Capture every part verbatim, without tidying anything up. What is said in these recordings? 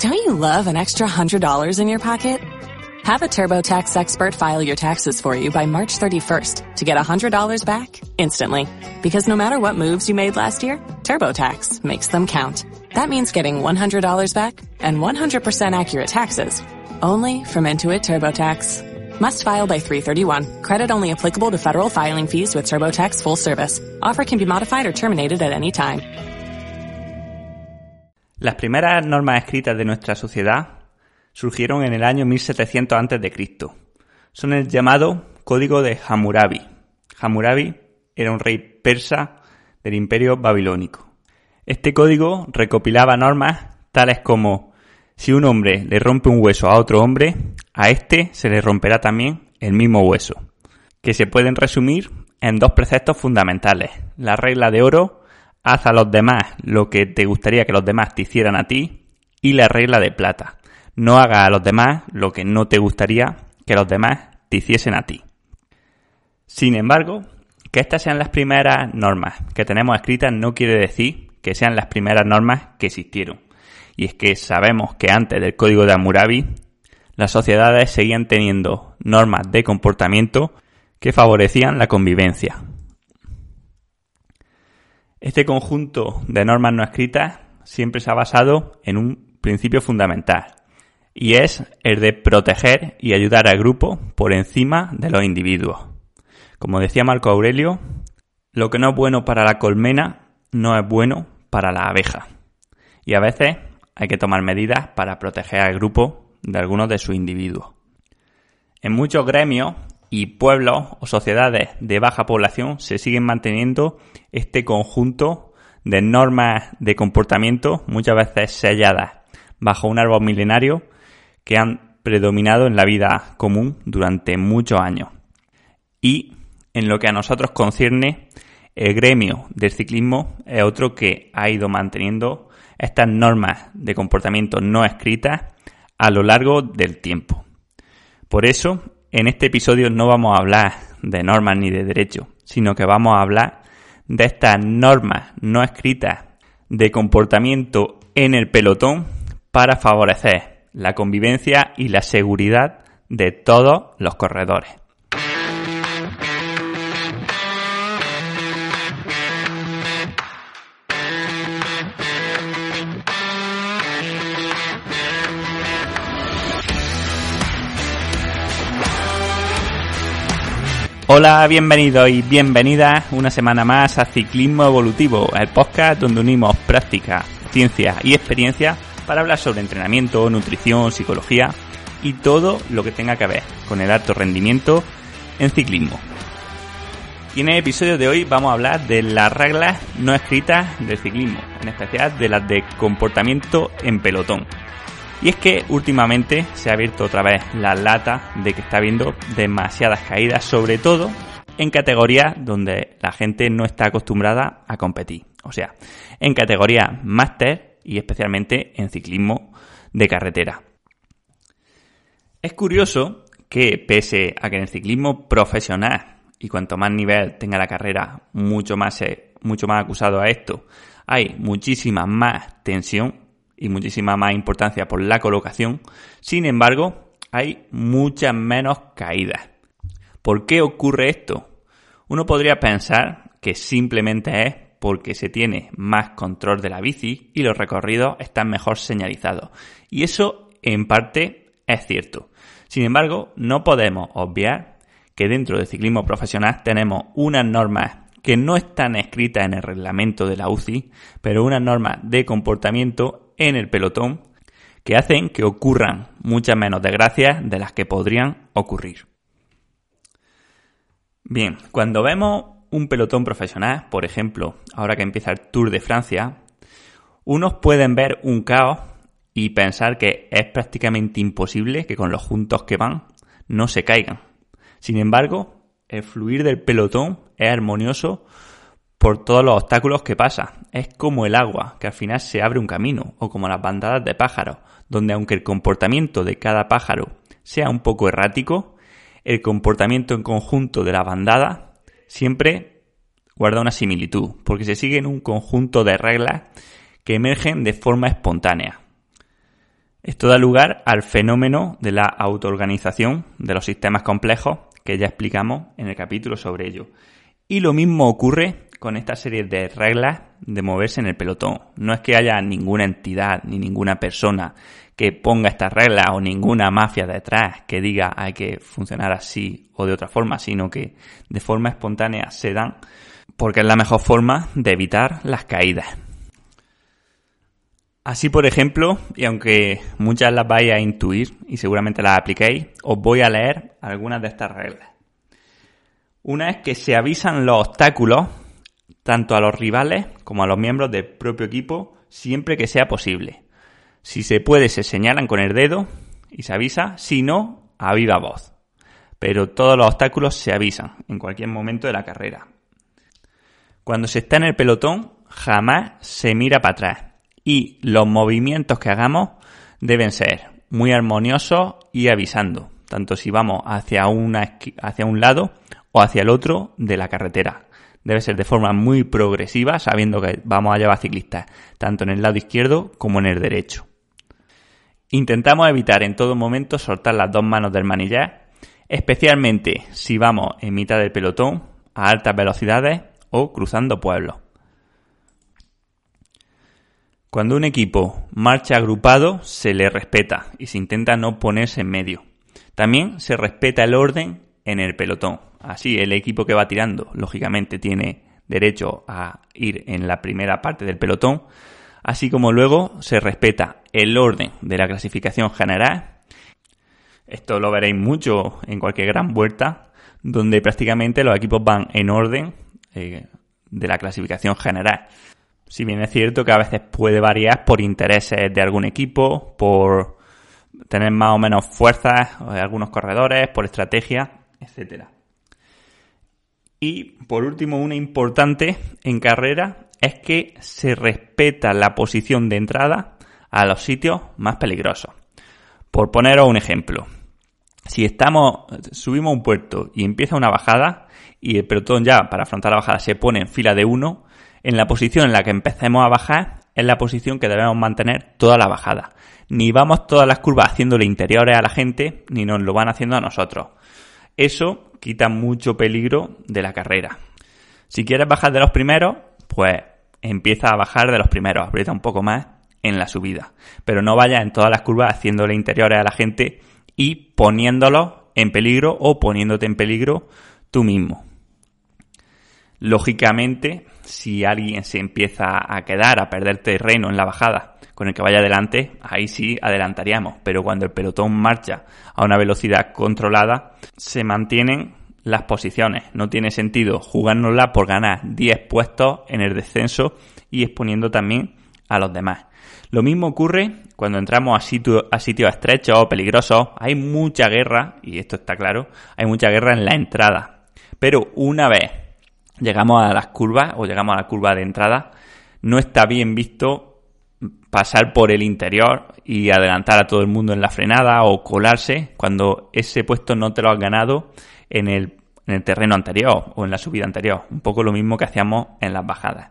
Don't you love an extra one hundred dollars in your pocket? Have a TurboTax expert file your taxes for you by March thirty-first to get one hundred dollars back instantly. Because no matter what moves you made last year, TurboTax makes them count. That means getting one hundred dollars back and one hundred percent accurate taxes, only from Intuit TurboTax. Must file by three thirty-one. Credit only applicable to federal filing fees with TurboTax full service. Offer can be modified or terminated at any time. Las primeras normas escritas de nuestra sociedad surgieron en el año mil setecientos antes de Cristo. Son el llamado Código de Hammurabi. Hammurabi era un rey persa del Imperio Babilónico. Este código recopilaba normas tales como: si un hombre le rompe un hueso a otro hombre, a este se le romperá también el mismo hueso, que se pueden resumir en dos preceptos fundamentales: la regla de oro, haz a los demás lo que te gustaría que los demás te hicieran a ti, y la regla de plata, no hagas a los demás lo que no te gustaría que los demás te hiciesen a ti. Sin embargo, que estas sean las primeras normas que tenemos escritas no quiere decir que sean las primeras normas que existieron. Y es que sabemos que antes del Código de Hammurabi, las sociedades seguían teniendo normas de comportamiento que favorecían la convivencia. Este conjunto de normas no escritas siempre se ha basado en un principio fundamental, y es el de proteger y ayudar al grupo por encima de los individuos. Como decía Marco Aurelio, lo que no es bueno para la colmena no es bueno para la abeja. Y a veces hay que tomar medidas para proteger al grupo de algunos de sus individuos. En muchos gremios y pueblos o sociedades de baja población se siguen manteniendo este conjunto de normas de comportamiento, muchas veces selladas bajo un árbol milenario, que han predominado en la vida común durante muchos años. Y en lo que a nosotros concierne, el gremio del ciclismo es otro que ha ido manteniendo estas normas de comportamiento no escritas a lo largo del tiempo. Por eso, en este episodio no vamos a hablar de normas ni de derecho, sino que vamos a hablar de estas normas no escritas de comportamiento en el pelotón para favorecer la convivencia y la seguridad de todos los corredores. Hola, bienvenidos y bienvenidas una semana más a Ciclismo Evolutivo, el podcast donde unimos práctica, ciencia y experiencia para hablar sobre entrenamiento, nutrición, psicología y todo lo que tenga que ver con el alto rendimiento en ciclismo. Y en el episodio de hoy vamos a hablar de las reglas no escritas del ciclismo, en especial de las de comportamiento en pelotón. Y es que últimamente se ha abierto otra vez la lata de que está habiendo demasiadas caídas, sobre todo en categorías donde la gente no está acostumbrada a competir. O sea, en categorías máster y especialmente en ciclismo de carretera. Es curioso que pese a que en el ciclismo profesional, y cuanto más nivel tenga la carrera, mucho más, mucho más acusado a esto, hay muchísima más tensión y muchísima más importancia por la colocación. Sin embargo, hay muchas menos caídas. ¿Por qué ocurre esto? Uno podría pensar que simplemente es porque se tiene más control de la bici y los recorridos están mejor señalizados. Y eso, en parte, es cierto. Sin embargo, no podemos obviar que dentro del ciclismo profesional tenemos unas normas que no están escritas en el reglamento de la U C I, pero unas normas de comportamiento en el pelotón que hacen que ocurran muchas menos desgracias de las que podrían ocurrir. Bien, cuando vemos un pelotón profesional, por ejemplo, ahora que empieza el Tour de Francia, unos pueden ver un caos y pensar que es prácticamente imposible que con los juntos que van no se caigan. Sin embargo, el fluir del pelotón es armonioso por todos los obstáculos que pasa. Es como el agua, que al final se abre un camino, o como las bandadas de pájaros, donde aunque el comportamiento de cada pájaro sea un poco errático, el comportamiento en conjunto de la bandada siempre guarda una similitud, porque se siguen un conjunto de reglas que emergen de forma espontánea. Esto da lugar al fenómeno de la autoorganización de los sistemas complejos que ya explicamos en el capítulo sobre ello. Y lo mismo ocurre con esta serie de reglas de moverse en el pelotón. No es que haya ninguna entidad ni ninguna persona que ponga estas reglas o ninguna mafia detrás que diga hay que funcionar así o de otra forma, sino que de forma espontánea se dan porque es la mejor forma de evitar las caídas. Así, por ejemplo, y aunque muchas las vais a intuir y seguramente las apliquéis, os voy a leer algunas de estas reglas. Una es que se avisan los obstáculos tanto a los rivales como a los miembros del propio equipo siempre que sea posible. Si se puede, se señalan con el dedo y se avisa, si no, a viva voz. Pero todos los obstáculos se avisan en cualquier momento de la carrera. Cuando se está en el pelotón, jamás se mira para atrás. Y los movimientos que hagamos deben ser muy armoniosos y avisando, tanto si vamos hacia, una, hacia un lado o hacia el otro de la carretera. Debe ser de forma muy progresiva, sabiendo que vamos a llevar ciclistas tanto en el lado izquierdo como en el derecho. Intentamos evitar en todo momento soltar las dos manos del manillar, especialmente si vamos en mitad del pelotón a altas velocidades o cruzando pueblos. Cuando un equipo marcha agrupado, se le respeta y se intenta no ponerse en medio. También se respeta el orden en el pelotón. Así, el equipo que va tirando, lógicamente, tiene derecho a ir en la primera parte del pelotón, así como luego se respeta el orden de la clasificación general. Esto lo veréis mucho en cualquier gran vuelta, donde prácticamente los equipos van en orden eh, de la clasificación general. Si bien es cierto que a veces puede variar por intereses de algún equipo, por tener más o menos fuerzas de algunos corredores, por estrategia, etcétera. Y por último, una importante en carrera es que se respeta la posición de entrada a los sitios más peligrosos. Por poneros un ejemplo, si estamos subimos a un puerto y empieza una bajada y el pelotón ya para afrontar la bajada se pone en fila de uno, en la posición en la que empecemos a bajar es la posición que debemos mantener toda la bajada. Ni vamos todas las curvas haciéndole interiores a la gente, ni nos lo van haciendo a nosotros. Eso quita mucho peligro de la carrera. Si quieres bajar de los primeros, pues empieza a bajar de los primeros, aprieta un poco más en la subida. Pero no vayas en todas las curvas haciéndole interiores a la gente y poniéndolos en peligro o poniéndote en peligro tú mismo. Lógicamente, si alguien se empieza a quedar, a perder terreno en la bajada con el que vaya adelante, ahí sí adelantaríamos. Pero cuando el pelotón marcha a una velocidad controlada, se mantienen las posiciones. No tiene sentido jugárnosla por ganar diez puestos en el descenso y exponiendo también a los demás. Lo mismo ocurre cuando entramos a, sitio, a sitios estrechos o peligrosos. Hay mucha guerra, y esto está claro, hay mucha guerra en la entrada. Pero una vez llegamos a las curvas o llegamos a la curva de entrada, no está bien visto pasar por el interior y adelantar a todo el mundo en la frenada o colarse cuando ese puesto no te lo has ganado en el, en el terreno anterior o en la subida anterior. Un poco lo mismo que hacíamos en las bajadas.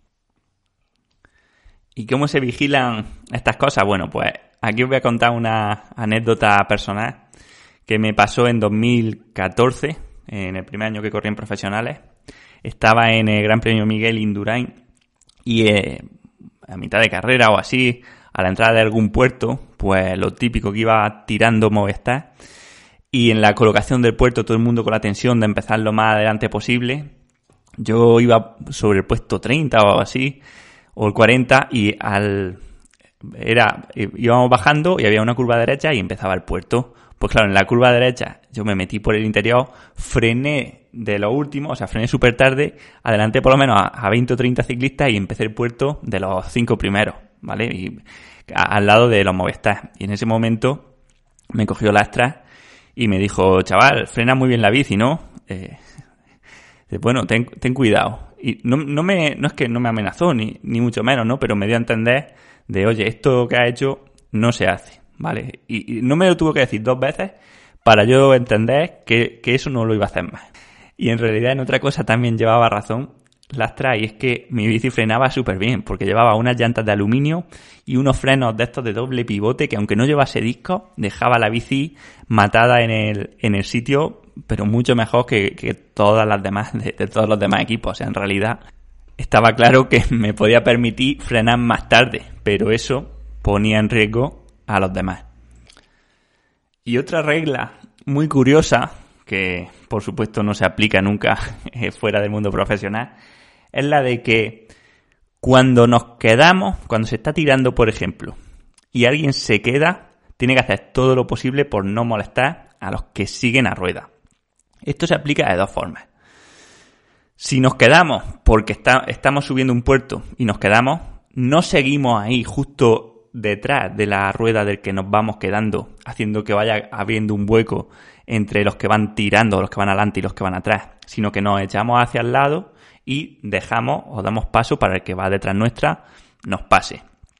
¿Y cómo se vigilan estas cosas? Bueno, pues aquí os voy a contar una anécdota personal que me pasó en dos mil catorce, en el primer año que corrí en profesionales. Estaba en el Gran Premio Miguel Indurain y eh, a mitad de carrera o así, a la entrada de algún puerto, pues lo típico que iba tirando Movistar, y en la colocación del puerto todo el mundo con la tensión de empezar lo más adelante posible. Yo iba sobre el puesto treinta o así, o el cuarenta, y al era íbamos bajando y había una curva derecha y empezaba el puerto. Pues claro, en la curva derecha yo me metí por el interior, frené de lo último, o sea, frené súper tarde, adelanté por lo menos a, a veinte o treinta ciclistas y empecé el puerto de los cinco primeros, ¿vale? Y a, al lado de los Movistar. Y en ese momento me cogió Lastra y me dijo, chaval, frena muy bien la bici, ¿no? Eh, bueno, ten, ten cuidado. Y no, no, me, no es que no me amenazó, ni, ni mucho menos, ¿no? Pero me dio a entender de, oye, esto que ha hecho no se hace, ¿vale? Y, y no me lo tuvo que decir dos veces para yo entender que, que eso no lo iba a hacer más. Y en realidad en otra cosa también llevaba razón, lastra, y es que mi bici frenaba súper bien, porque llevaba unas llantas de aluminio y unos frenos de estos de doble pivote que, aunque no llevase discos, dejaba la bici matada en el, en el sitio, pero mucho mejor que, que todas las demás, de, de todos los demás equipos. O sea, en realidad estaba claro que me podía permitir frenar más tarde, pero eso ponía en riesgo a los demás. Y otra regla muy curiosa, que por supuesto no se aplica nunca fuera del mundo profesional, es la de que cuando nos quedamos, cuando se está tirando, por ejemplo, y alguien se queda, tiene que hacer todo lo posible por no molestar a los que siguen a rueda. Esto se aplica de dos formas. Si nos quedamos porque está, estamos subiendo un puerto y nos quedamos, no seguimos ahí justo detrás de la rueda del que nos vamos quedando, haciendo que vaya habiendo un hueco entre los que van tirando, los que van adelante y los que van atrás, sino que nos echamos hacia el lado y dejamos o damos paso para el que va detrás nuestra nos pase.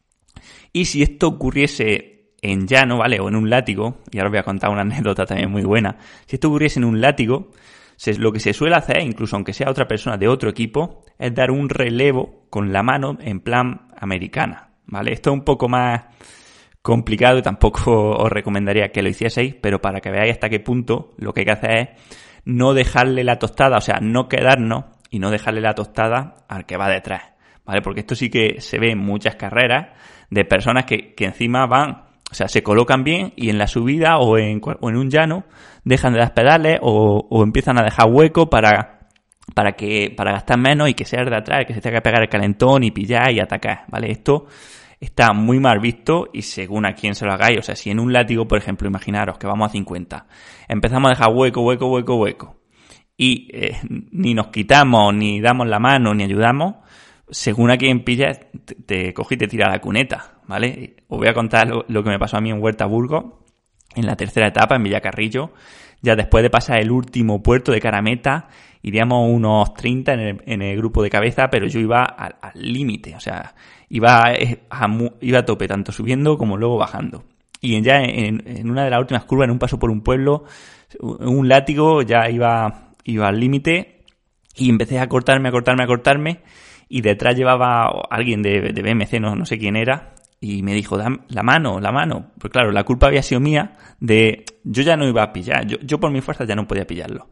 Y si esto ocurriese en llano, ¿vale? O en un látigo, y ahora os voy a contar una anécdota también muy buena. Si esto ocurriese en un látigo, se, lo que se suele hacer, incluso aunque sea otra persona de otro equipo, es dar un relevo con la mano en plan americana, ¿vale? Esto es un poco más complicado y tampoco os recomendaría que lo hicieseis, pero para que veáis hasta qué punto lo que hay que hacer es no dejarle la tostada, o sea, no quedarnos y no dejarle la tostada al que va detrás, ¿vale? Porque esto sí que se ve en muchas carreras de personas que, que encima van, o sea, se colocan bien y en la subida o en, o en un llano dejan de dar pedales o, o empiezan a dejar hueco para, para que, para gastar menos y que sea el de atrás el que se tenga que pegar el calentón y pillar y atacar, ¿vale? Esto está muy mal visto y según a quién se lo hagáis. O sea, si en un látigo, por ejemplo, imaginaros que vamos a cincuenta, empezamos a dejar hueco, hueco, hueco, hueco y eh, ni nos quitamos, ni damos la mano, ni ayudamos, según a quién pillas, te, te coge y te tira la cuneta, ¿vale? Os voy a contar lo, lo que me pasó a mí en Huerta Burgos, en la tercera etapa, en Villacarrillo. Ya después de pasar el último puerto de Carameta, iríamos unos treinta en el, en el grupo de cabeza, pero yo iba al límite, o sea, iba a, a, iba a tope, tanto subiendo como luego bajando. Y ya en, en una de las últimas curvas, en un paso por un pueblo, un látigo, ya iba, iba al límite y empecé a cortarme, a cortarme, a cortarme, y detrás llevaba alguien de, de B M C, no, no sé quién era, y me dijo, dame la mano, la mano. Pues claro, la culpa había sido mía de... Yo ya no iba a pillar, yo, yo por mi fuerza ya no podía pillarlo.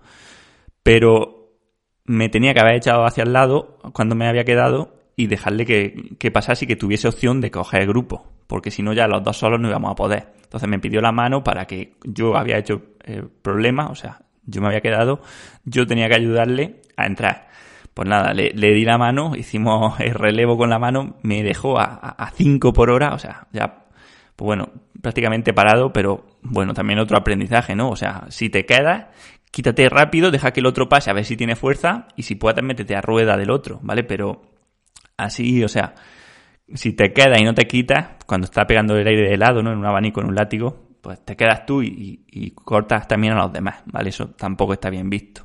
Pero me tenía que haber echado hacia el lado cuando me había quedado y dejarle que, que pasase y que tuviese opción de coger el grupo. Porque si no, ya los dos solos no íbamos a poder. Entonces me pidió la mano para que yo había hecho el problema, o sea, yo me había quedado, yo tenía que ayudarle a entrar. Pues nada, le, le di la mano, hicimos el relevo con la mano, me dejó a cinco por hora, o sea, ya, pues bueno, prácticamente parado, pero bueno, también otro aprendizaje, ¿no? O sea, si te quedas, quítate rápido, deja que el otro pase a ver si tiene fuerza y si puedes métete a rueda del otro, ¿vale? Pero así, o sea, si te quedas y no te quitas, cuando está pegando el aire de lado, ¿no? En un abanico, en un látigo, pues te quedas tú y, y, y cortas también a los demás, ¿vale? Eso tampoco está bien visto.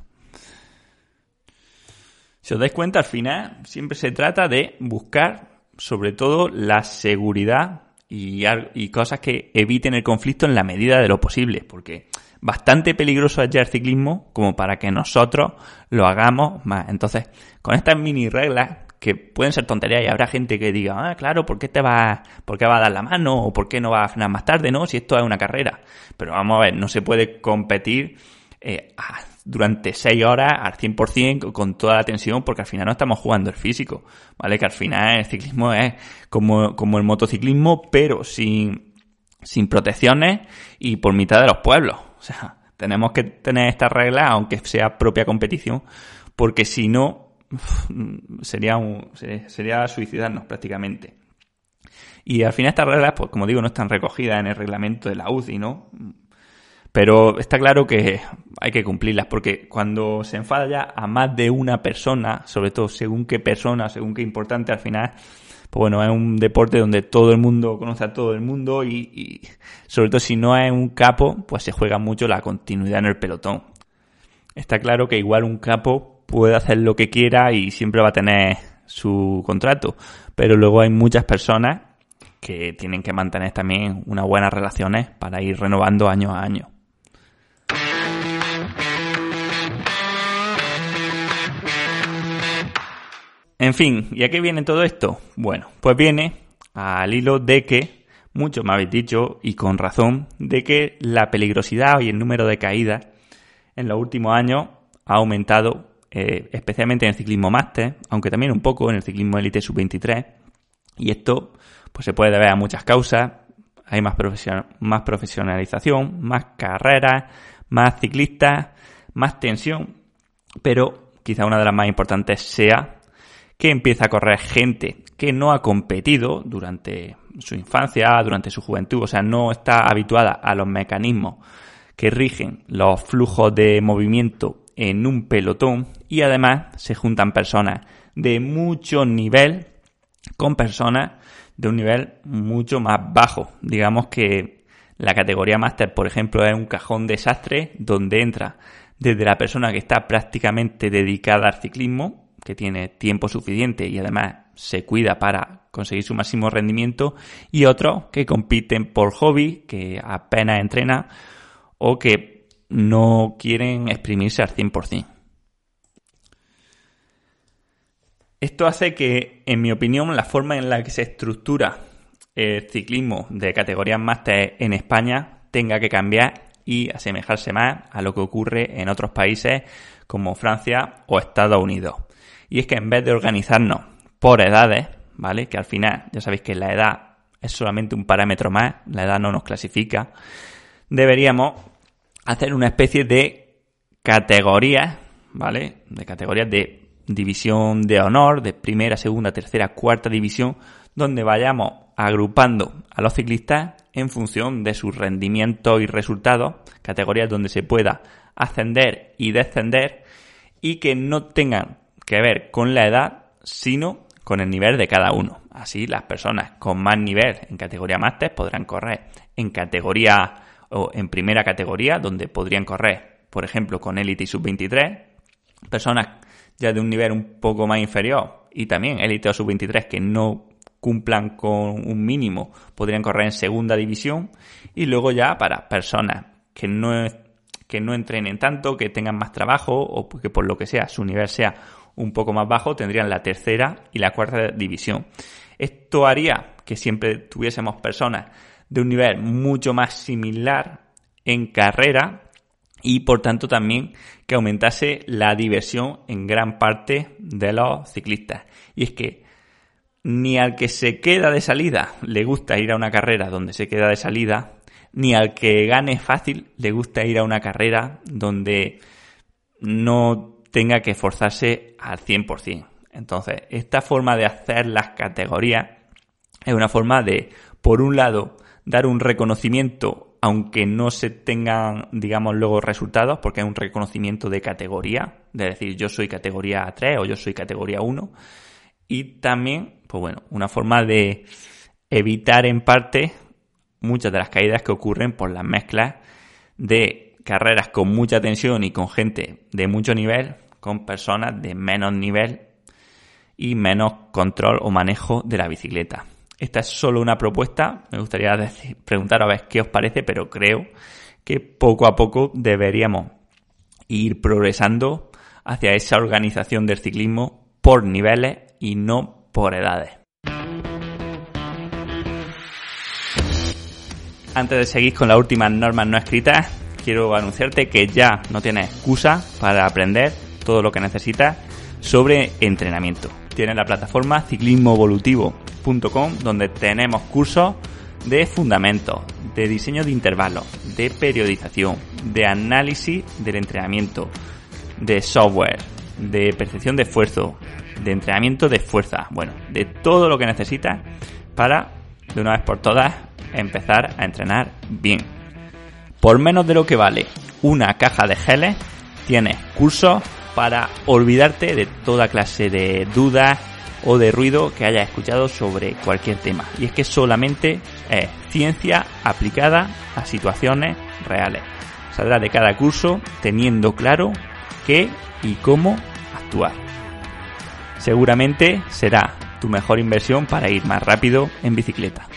Si os dais cuenta, al final siempre se trata de buscar, sobre todo, la seguridad y, y cosas que eviten el conflicto en la medida de lo posible, porque bastante peligroso es ya el ciclismo como para que nosotros lo hagamos más. Entonces, con estas mini reglas, que pueden ser tonterías y habrá gente que diga, ah, claro, ¿por qué te va, por qué va a dar la mano? ¿O por qué no va a frenar más tarde? No, si esto es una carrera. Pero vamos a ver, no se puede competir eh, durante seis horas al cien por ciento con toda la tensión, porque al final no estamos jugando el físico, ¿vale? Que al final el ciclismo es como, como el motociclismo, pero sin, sin protecciones y por mitad de los pueblos. O sea, tenemos que tener estas reglas, aunque sea propia competición, porque si no, sería, un, sería suicidarnos prácticamente. Y al final estas reglas, pues como digo, no están recogidas en el reglamento de la U C I, ¿no? Pero está claro que hay que cumplirlas, porque cuando se enfada ya a más de una persona, sobre todo según qué persona, según qué importante, al final, pues bueno, es un deporte donde todo el mundo conoce a todo el mundo y, y sobre todo si no es un capo, pues se juega mucho la continuidad en el pelotón. Está claro que igual un capo puede hacer lo que quiera y siempre va a tener su contrato, pero luego hay muchas personas que tienen que mantener también unas buenas relaciones para ir renovando año a año. En fin, ¿y a qué viene todo esto? Bueno, pues viene al hilo de que, muchos me habéis dicho, y con razón, de que la peligrosidad y el número de caídas en los últimos años ha aumentado, eh, especialmente en el ciclismo máster, aunque también un poco en el ciclismo élite sub veintitrés, y esto pues se puede deber a muchas causas. Hay más, profesion- más profesionalización, más carreras, más ciclistas, más tensión, pero quizá una de las más importantes sea que empieza a correr gente que no ha competido durante su infancia, durante su juventud, o sea, no está habituada a los mecanismos que rigen los flujos de movimiento en un pelotón, y además se juntan personas de mucho nivel con personas de un nivel mucho más bajo. Digamos que la categoría máster, por ejemplo, es un cajón desastre donde entra desde la persona que está prácticamente dedicada al ciclismo, que tiene tiempo suficiente y además se cuida para conseguir su máximo rendimiento, y otros que compiten por hobby, que apenas entrenan o que no quieren exprimirse al cien por ciento. Esto hace que, en mi opinión, la forma en la que se estructura el ciclismo de categorías máster en España tenga que cambiar y asemejarse más a lo que ocurre en otros países como Francia o Estados Unidos. Y es que en vez de organizarnos por edades, ¿vale? Que al final, ya sabéis que la edad es solamente un parámetro más, la edad no nos clasifica, deberíamos hacer una especie de categorías, ¿vale? De categorías de división de honor, de primera, segunda, tercera, cuarta división, donde vayamos agrupando a los ciclistas en función de sus rendimientos y resultados, categorías donde se pueda ascender y descender y que no tengan que ver con la edad, sino con el nivel de cada uno. Así, las personas con más nivel en categoría máster podrán correr en categoría o en primera categoría, donde podrían correr, por ejemplo, con élite y sub veintitrés. Personas ya de un nivel un poco más inferior y también élite o sub veintitrés que no cumplan con un mínimo podrían correr en segunda división. Y luego ya para personas que no, que no entrenen tanto, que tengan más trabajo o que por lo que sea su nivel sea un poco más bajo, tendrían la tercera y la cuarta división. Esto haría que siempre tuviésemos personas de un nivel mucho más similar en carrera y por tanto también que aumentase la diversión en gran parte de los ciclistas. Y es que ni al que se queda de salida le gusta ir a una carrera donde se queda de salida, ni al que gane fácil le gusta ir a una carrera donde no tenga que esforzarse al cien por ciento. Entonces, esta forma de hacer las categorías es una forma de, por un lado, dar un reconocimiento, aunque no se tengan, digamos, luego resultados, porque es un reconocimiento de categoría, de decir yo soy categoría tres o yo soy categoría uno, y también, pues bueno, una forma de evitar en parte muchas de las caídas que ocurren por las mezclas de carreras con mucha tensión y con gente de mucho nivel, con personas de menos nivel y menos control o manejo de la bicicleta. Esta es solo una propuesta, me gustaría decir, preguntar a ver qué os parece, pero creo que poco a poco deberíamos ir progresando hacia esa organización del ciclismo por niveles y no por edades. Antes de seguir con las últimas normas no escritas, quiero anunciarte que ya no tienes excusa para aprender todo lo que necesitas sobre entrenamiento. Tienes la plataforma ciclismo evolutivo punto com, donde tenemos cursos de fundamentos, de diseño de intervalos, de periodización, de análisis del entrenamiento, de software, de percepción de esfuerzo, de entrenamiento de fuerza, bueno, de todo lo que necesitas para, de una vez por todas, empezar a entrenar bien. Por menos de lo que vale una caja de geles, tienes cursos para olvidarte de toda clase de dudas o de ruido que hayas escuchado sobre cualquier tema. Y es que solamente es ciencia aplicada a situaciones reales. Saldrás de cada curso teniendo claro qué y cómo actuar. Seguramente será tu mejor inversión para ir más rápido en bicicleta.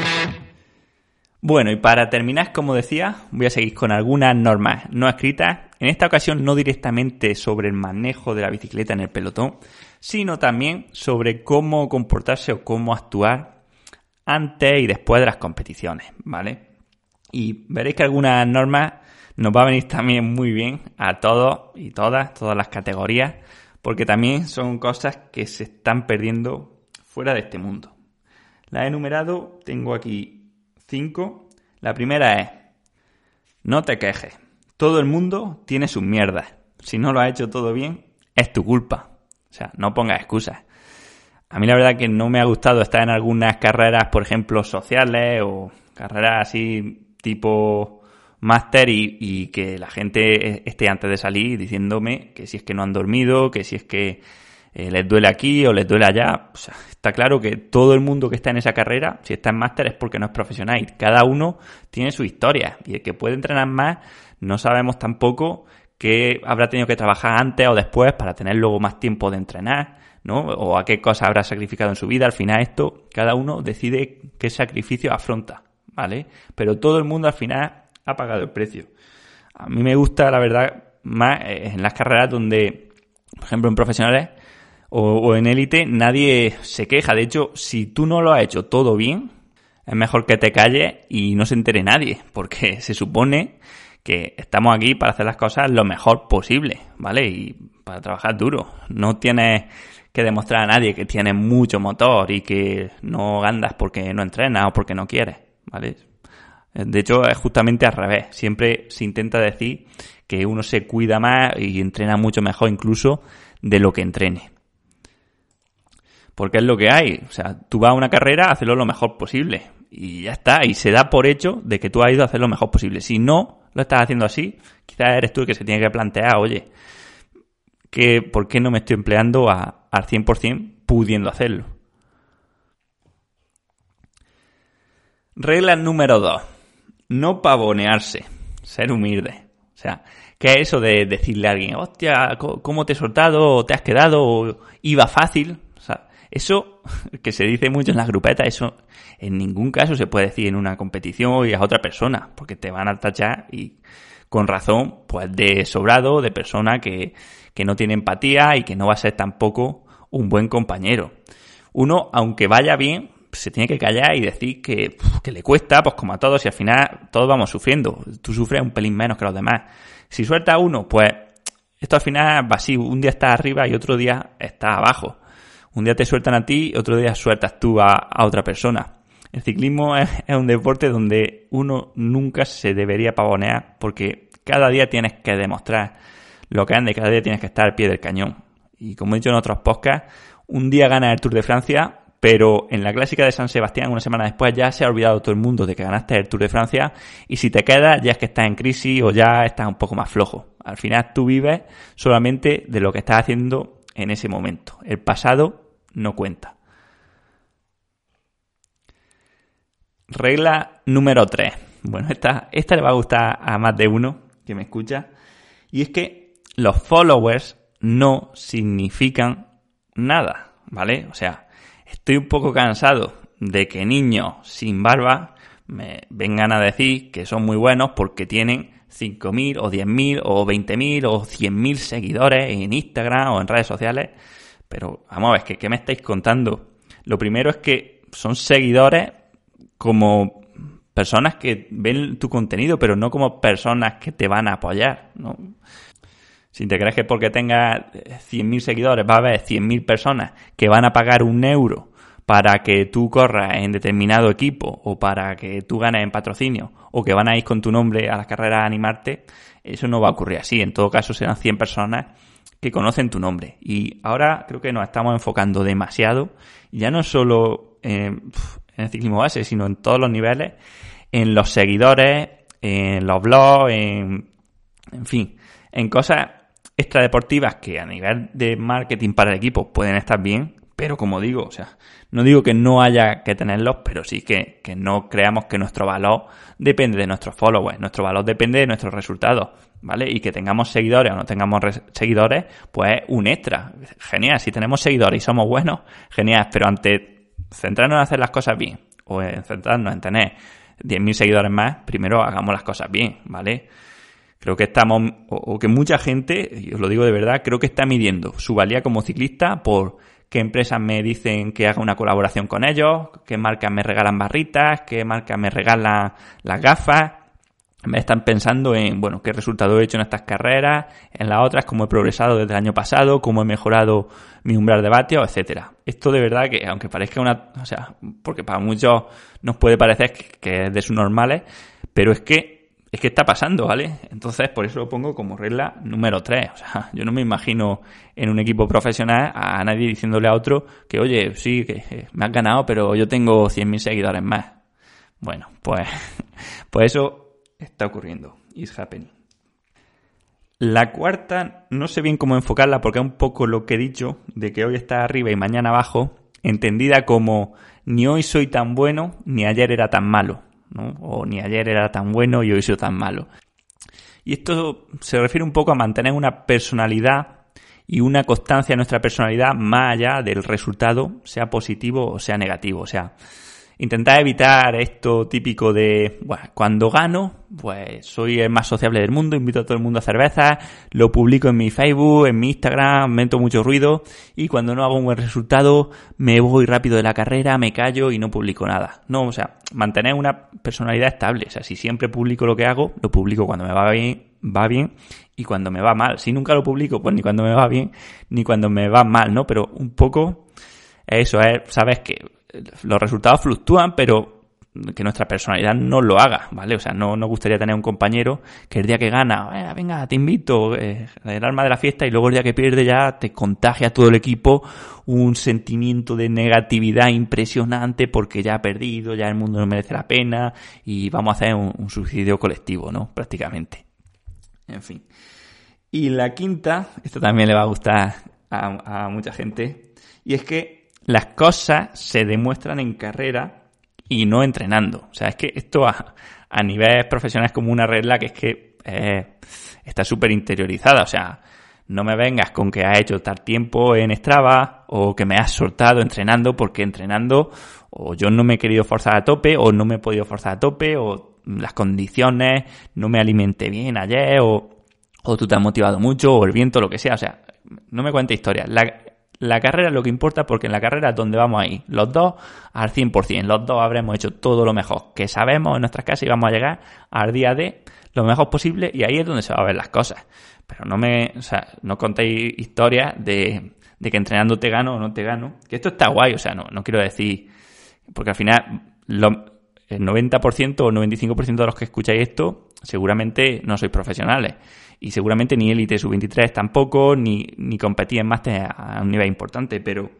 Bueno, y para terminar, como decía, voy a seguir con algunas normas no escritas En esta ocasión no directamente sobre el manejo de la bicicleta en el pelotón, sino también sobre cómo comportarse o cómo actuar antes y después de las competiciones, ¿vale? Y veréis que algunas normas nos va a venir también muy bien a todos y todas, todas las categorías, porque también son cosas que se están perdiendo fuera de este mundo. Las he enumerado, tengo aquí cinco. La primera es: no te quejes. Todo el mundo tiene sus mierdas. Si no lo has hecho todo bien, es tu culpa. O sea, no pongas excusas. A mí la verdad que no me ha gustado estar en algunas carreras, por ejemplo, sociales o carreras así tipo máster y, y que la gente esté antes de salir diciéndome que si es que no han dormido, que si es que eh, les duele aquí o les duele allá. O sea, está claro que todo el mundo que está en esa carrera, si está en máster, es porque no es profesional. Y cada uno tiene su historia. Y el que puede entrenar más, no sabemos tampoco qué habrá tenido que trabajar antes o después para tener luego más tiempo de entrenar, ¿no? O a qué cosas habrá sacrificado en su vida. Al final esto, cada uno decide qué sacrificio afronta, ¿vale? Pero todo el mundo al final ha pagado el precio. A mí me gusta, la verdad, más en las carreras donde, por ejemplo, en profesionales o, o en élite, nadie se queja. De hecho, si tú no lo has hecho todo bien, es mejor que te calles y no se entere nadie, porque se supone que estamos aquí para hacer las cosas lo mejor posible, ¿vale? Y para trabajar duro. No tienes que demostrar a nadie que tienes mucho motor y que no andas porque no entrenas o porque no quieres, ¿vale? De hecho, es justamente al revés. Siempre se intenta decir que uno se cuida más y entrena mucho mejor incluso de lo que entrene. Porque es lo que hay. O sea, tú vas a una carrera a hacerlo lo mejor posible. Y ya está. Y se da por hecho de que tú has ido a hacer lo mejor posible. Si no lo estás haciendo así, quizás eres tú el que se tiene que plantear, oye, que ¿por qué no me estoy empleando a, al cien por ciento pudiendo hacerlo? Regla número dos. No pavonearse. Ser humilde. O sea, ¿qué es eso de decirle a alguien, hostia, ¿cómo te he soltado? ¿Te has quedado? ¿Iba fácil? O sea, eso que se dice mucho en las grupetas, eso en ningún caso se puede decir en una competición y a otra persona, porque te van a tachar y con razón, pues de sobrado, de persona que, que no tiene empatía y que no va a ser tampoco un buen compañero. Uno, aunque vaya bien, se tiene que callar y decir que, que le cuesta, pues como a todos, y al final todos vamos sufriendo. Tú sufres un pelín menos que los demás. Si suelta uno, pues esto al final va así. Un día estás arriba y otro día estás abajo. Un día te sueltan a ti y otro día sueltas tú a, a otra persona. El ciclismo es, es un deporte donde uno nunca se debería pavonear porque cada día tienes que demostrar lo que anda y cada día tienes que estar al pie del cañón. Y como he dicho en otros podcasts, un día ganas el Tour de Francia, pero en la clásica de San Sebastián, una semana después, ya se ha olvidado todo el mundo de que ganaste el Tour de Francia y si te quedas ya es que estás en crisis o ya estás un poco más flojo. Al final tú vives solamente de lo que estás haciendo en ese momento. El pasado no cuenta. Regla número tres. Bueno, esta, esta le va a gustar a más de uno que me escucha. Y es que los followers no significan nada, ¿vale? O sea, estoy un poco cansado de que niños sin barba me vengan a decir que son muy buenos porque tienen cinco mil o diez mil o veinte mil o cien mil seguidores en Instagram o en redes sociales. Pero vamos a ver, ¿qué, qué me estáis contando? Lo primero es que son seguidores como personas que ven tu contenido, pero no como personas que te van a apoyar, ¿no? Si te crees que porque tengas cien mil seguidores va a haber cien mil personas que van a pagar un euro para que tú corras en determinado equipo o para que tú ganes en patrocinio o que van a ir con tu nombre a las carreras a animarte, eso no va a ocurrir así. En todo caso serán cien personas que conocen tu nombre. Y ahora creo que nos estamos enfocando demasiado, ya no solo en, en el ciclismo base, sino en todos los niveles, en los seguidores, en los blogs, en, en fin, en cosas extradeportivas que a nivel de marketing para el equipo pueden estar bien, pero como digo, o sea, no digo que no haya que tenerlos, pero sí que, que no creamos que nuestro valor depende de nuestros followers, nuestro valor depende de nuestros resultados, ¿vale? Y que tengamos seguidores o no tengamos re- seguidores, pues un extra. Genial, si tenemos seguidores y somos buenos, genial, pero ante centrarnos en hacer las cosas bien o en centrarnos en tener diez mil seguidores más, primero hagamos las cosas bien, ¿vale? Creo que estamos, o, o que mucha gente, y os lo digo de verdad, creo que está midiendo su valía como ciclista por qué empresas me dicen que haga una colaboración con ellos, qué marcas me regalan barritas, qué marcas me regalan las gafas. Me están pensando en, bueno, qué resultado he hecho en estas carreras, en las otras, cómo he progresado desde el año pasado, cómo he mejorado mi umbral de vatios, etcétera. Esto de verdad que, aunque parezca una, o sea, porque para muchos nos puede parecer que, que es de sus normales, pero es que, es que está pasando, ¿vale? Entonces, por eso lo pongo como regla número tres. O sea, yo no me imagino en un equipo profesional a nadie diciéndole a otro que, oye, sí, que me has ganado, pero yo tengo cien mil seguidores más. Bueno, pues, pues eso está ocurriendo. It's happening. La cuarta, no sé bien cómo enfocarla porque es un poco lo que he dicho, de que hoy está arriba y mañana abajo, entendida como ni hoy soy tan bueno, ni ayer era tan malo, ¿no? O ni ayer era tan bueno y hoy soy tan malo. Y esto se refiere un poco a mantener una personalidad y una constancia en nuestra personalidad más allá del resultado, sea positivo o sea negativo. O sea, intentar evitar esto típico de, bueno, cuando gano, pues soy el más sociable del mundo, invito a todo el mundo a cervezas, lo publico en mi Facebook, en mi Instagram, meto mucho ruido, y cuando no hago un buen resultado, me voy rápido de la carrera, me callo y no publico nada. No, o sea, mantener una personalidad estable. O sea, si siempre publico lo que hago, lo publico cuando me va bien, va bien, y cuando me va mal. Si nunca lo publico, pues ni cuando me va bien, ni cuando me va mal, ¿no? Pero un poco eso es, sabes que los resultados fluctúan, pero que nuestra personalidad no lo haga, ¿vale? O sea, no nos gustaría tener un compañero que el día que gana, venga, venga te invito, eh, el alma de la fiesta, y luego el día que pierde ya te contagia a todo el equipo un sentimiento de negatividad impresionante porque ya ha perdido, ya el mundo no merece la pena y vamos a hacer un, un suicidio colectivo, ¿no? Prácticamente. En fin. Y la quinta, esto también le va a gustar a, a mucha gente, y es que las cosas se demuestran en carrera y no entrenando. O sea, es que esto a, a nivel profesional es como una regla que es que eh, está súper interiorizada. O sea, no me vengas con que has hecho tal tiempo en Strava o que me has soltado entrenando, porque entrenando o yo no me he querido forzar a tope o no me he podido forzar a tope o las condiciones, no me alimenté bien ayer o, o tú te has motivado mucho o el viento, lo que sea. O sea, no me cuentes historias. La, La carrera es lo que importa, porque en la carrera es donde vamos a ir los dos al cien por ciento. Los dos habremos hecho todo lo mejor que sabemos en nuestras casas y vamos a llegar al día de lo mejor posible, y ahí es donde se van a ver las cosas. Pero no me, o sea, no contéis historias de, de que entrenando te gano o no te gano. Que esto está guay, o sea, no, no quiero decir, porque al final lo, el noventa por ciento o noventa y cinco por ciento de los que escucháis esto seguramente no sois profesionales. Y seguramente ni élite sub veintitrés tampoco, ni, ni competí en máster a un nivel importante, pero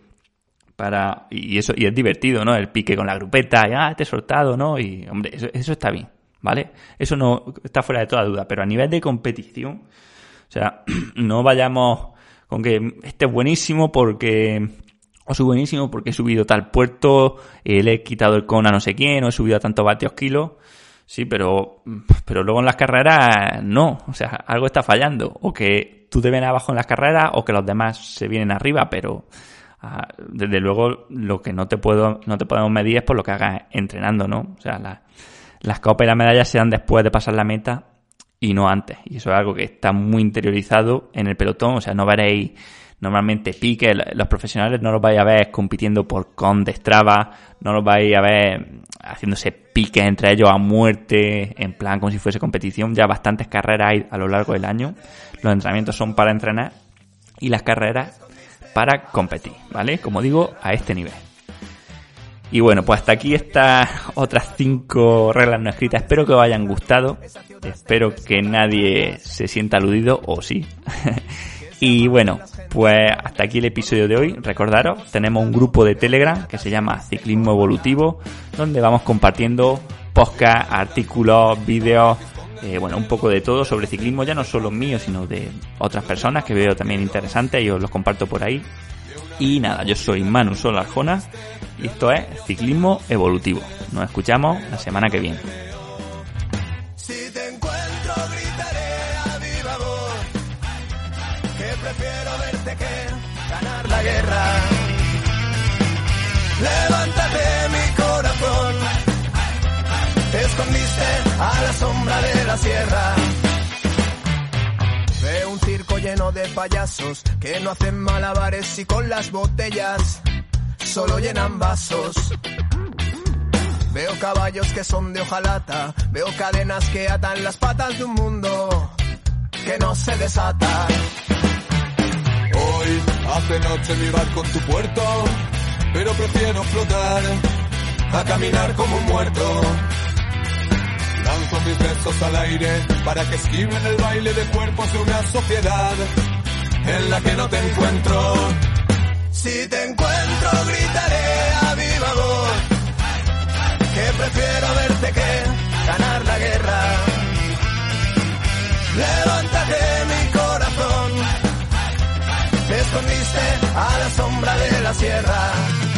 para, y eso, y es divertido, ¿no? El pique con la grupeta, y ah, te he soltado, ¿no? Y, hombre, eso, eso está bien, ¿vale? Eso no está fuera de toda duda, pero a nivel de competición, o sea, no vayamos con que este es buenísimo porque, o soy buenísimo porque he subido tal puerto, eh, le he quitado el con a no sé quién, o he subido a tantos vatios kilos. Sí, pero, pero luego en las carreras no, o sea, algo está fallando, o que tú te vienes abajo en las carreras o que los demás se vienen arriba, pero uh, desde luego lo que no te puedo, no te podemos medir es por lo que hagas entrenando, ¿no? O sea, la, las copas y las medallas se dan después de pasar la meta y no antes, y eso es algo que está muy interiorizado en el pelotón. O sea, no veréis normalmente piques, los profesionales no los vais a ver compitiendo por con de Strava, no los vais a ver haciéndose piques entre ellos a muerte, en plan como si fuese competición. Ya bastantes carreras hay a lo largo del año. Los entrenamientos son para entrenar y las carreras para competir, ¿vale? Como digo, a este nivel. Y bueno, pues hasta aquí estas otras cinco reglas no escritas. Espero que os hayan gustado. Espero que nadie se sienta aludido, o sí. Y bueno, pues hasta aquí el episodio de hoy. Recordaros, tenemos un grupo de Telegram que se llama Ciclismo Evolutivo, donde vamos compartiendo podcasts, artículos, vídeos, eh, bueno, un poco de todo sobre ciclismo, ya no solo mío, sino de otras personas que veo también interesantes y os los comparto por ahí. Y nada, yo soy Manu Sol Arjona y esto es Ciclismo Evolutivo. Nos escuchamos la semana que viene. Si te encuentro gritaré a viva voz que prefiero verte que ganar la guerra. Levántate mi corazón, te escondiste a la sombra de la sierra. lleno de payasos que no hacen malabares y con las botellas solo llenan vasos. Veo caballos que son de hojalata, veo cadenas que atan las patas de un mundo que no se desata. Hoy hace noche mi barco en tu puerto, pero prefiero flotar a caminar como un muerto. Lanzo mis besos al aire para que esquiven el baile de cuerpos de una sociedad en la que no te encuentro. Si te encuentro gritaré a viva voz que prefiero verte que ganar la guerra. Levántate mi corazón, te escondiste a la sombra de la sierra.